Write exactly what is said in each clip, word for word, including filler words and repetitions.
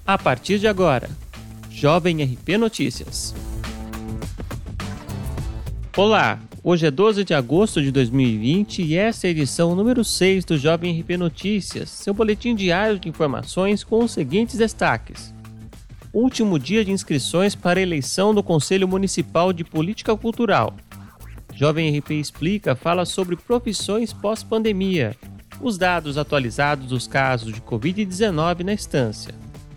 A partir de agora, Jovem R P Notícias. Olá, hoje é doze de agosto de dois mil e vinte e essa é a edição número seis do Jovem R P Notícias, seu boletim diário de informações com os seguintes destaques. Último dia de inscrições para a eleição do Conselho Municipal de Política Cultural. Jovem R P Explica fala sobre profissões pós-pandemia, os dados atualizados dos casos de covid dezenove na estância.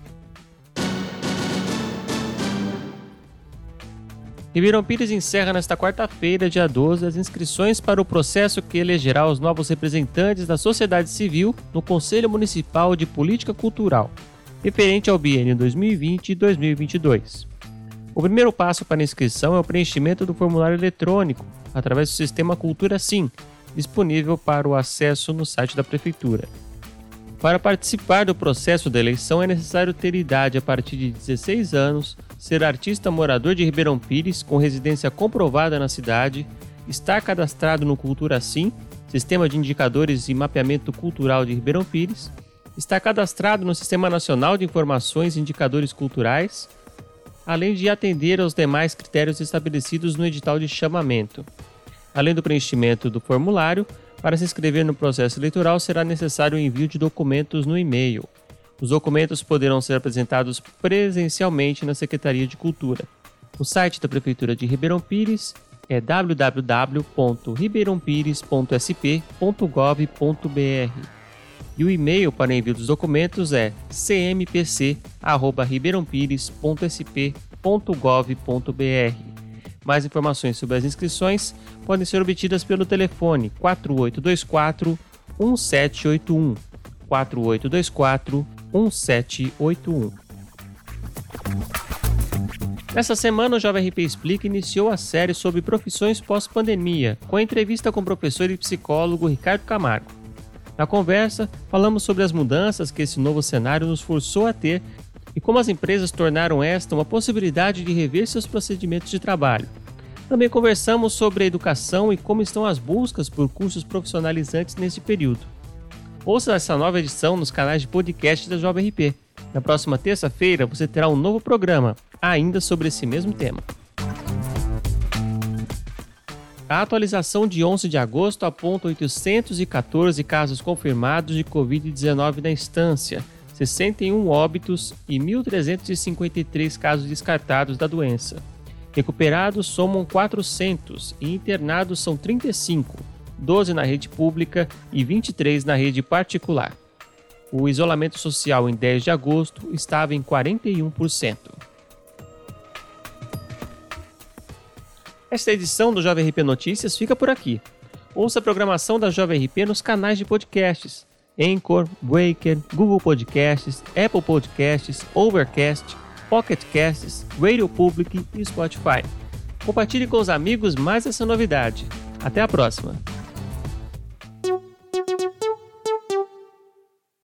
Ribeirão Pires encerra nesta quarta-feira, dia doze, as inscrições para o processo que elegerá os novos representantes da sociedade civil no Conselho Municipal de Política Cultural, referente ao biênio dois mil e vinte e dois mil e vinte e dois. O primeiro passo para a inscrição é o preenchimento do formulário eletrônico, através do sistema Cultura Sim, disponível para o acesso no site da Prefeitura. Para participar do processo da eleição é necessário ter idade a partir de dezesseis anos, ser artista morador de Ribeirão Pires com residência comprovada na cidade, estar cadastrado no Cultura Sim, Sistema de Indicadores e Mapeamento Cultural de Ribeirão Pires, estar cadastrado no Sistema Nacional de Informações e Indicadores Culturais, além de atender aos demais critérios estabelecidos no edital de chamamento. Além do preenchimento do formulário, para se inscrever no processo eleitoral será necessário o envio de documentos no e-mail. Os documentos poderão ser apresentados presencialmente na Secretaria de Cultura. O site da Prefeitura de Ribeirão Pires é w w w ponto ribeirão pires ponto s p ponto gov ponto b r e o e-mail para envio dos documentos é c m p c arroba ribeirão pires ponto s p ponto gov ponto b r. Mais informações sobre as inscrições podem ser obtidas pelo telefone quatro oito dois quatro, um sete oito um, quatro oito dois quatro, um sete oito um. Nessa semana, o Jovem R P Explica iniciou a série sobre profissões pós-pandemia, com a entrevista com o professor e psicólogo Ricardo Camargo. Na conversa, falamos sobre as mudanças que esse novo cenário nos forçou a ter e como as empresas tornaram esta uma possibilidade de rever seus procedimentos de trabalho. Também conversamos sobre a educação e como estão as buscas por cursos profissionalizantes neste período. Ouça essa nova edição nos canais de podcast da Jovem R P. Na próxima terça-feira você terá um novo programa, ainda sobre esse mesmo tema. A atualização de onze de agosto aponta oitocentos e catorze casos confirmados de covid dezenove na estância, sessenta e um óbitos e mil trezentos e cinquenta e três casos descartados da doença. Recuperados somam quatrocentos e internados são trinta e cinco, doze na rede pública e vinte e três na rede particular. O isolamento social em dez de agosto estava em quarenta e um por cento. Esta edição do Jovem R P Notícias fica por aqui. Ouça a programação da Jovem R P nos canais de podcasts Anchor, Breaker, Google Podcasts, Apple Podcasts, Overcast, Pocket Casts, Radio Public e Spotify. Compartilhe com os amigos mais essa novidade. Até a próxima!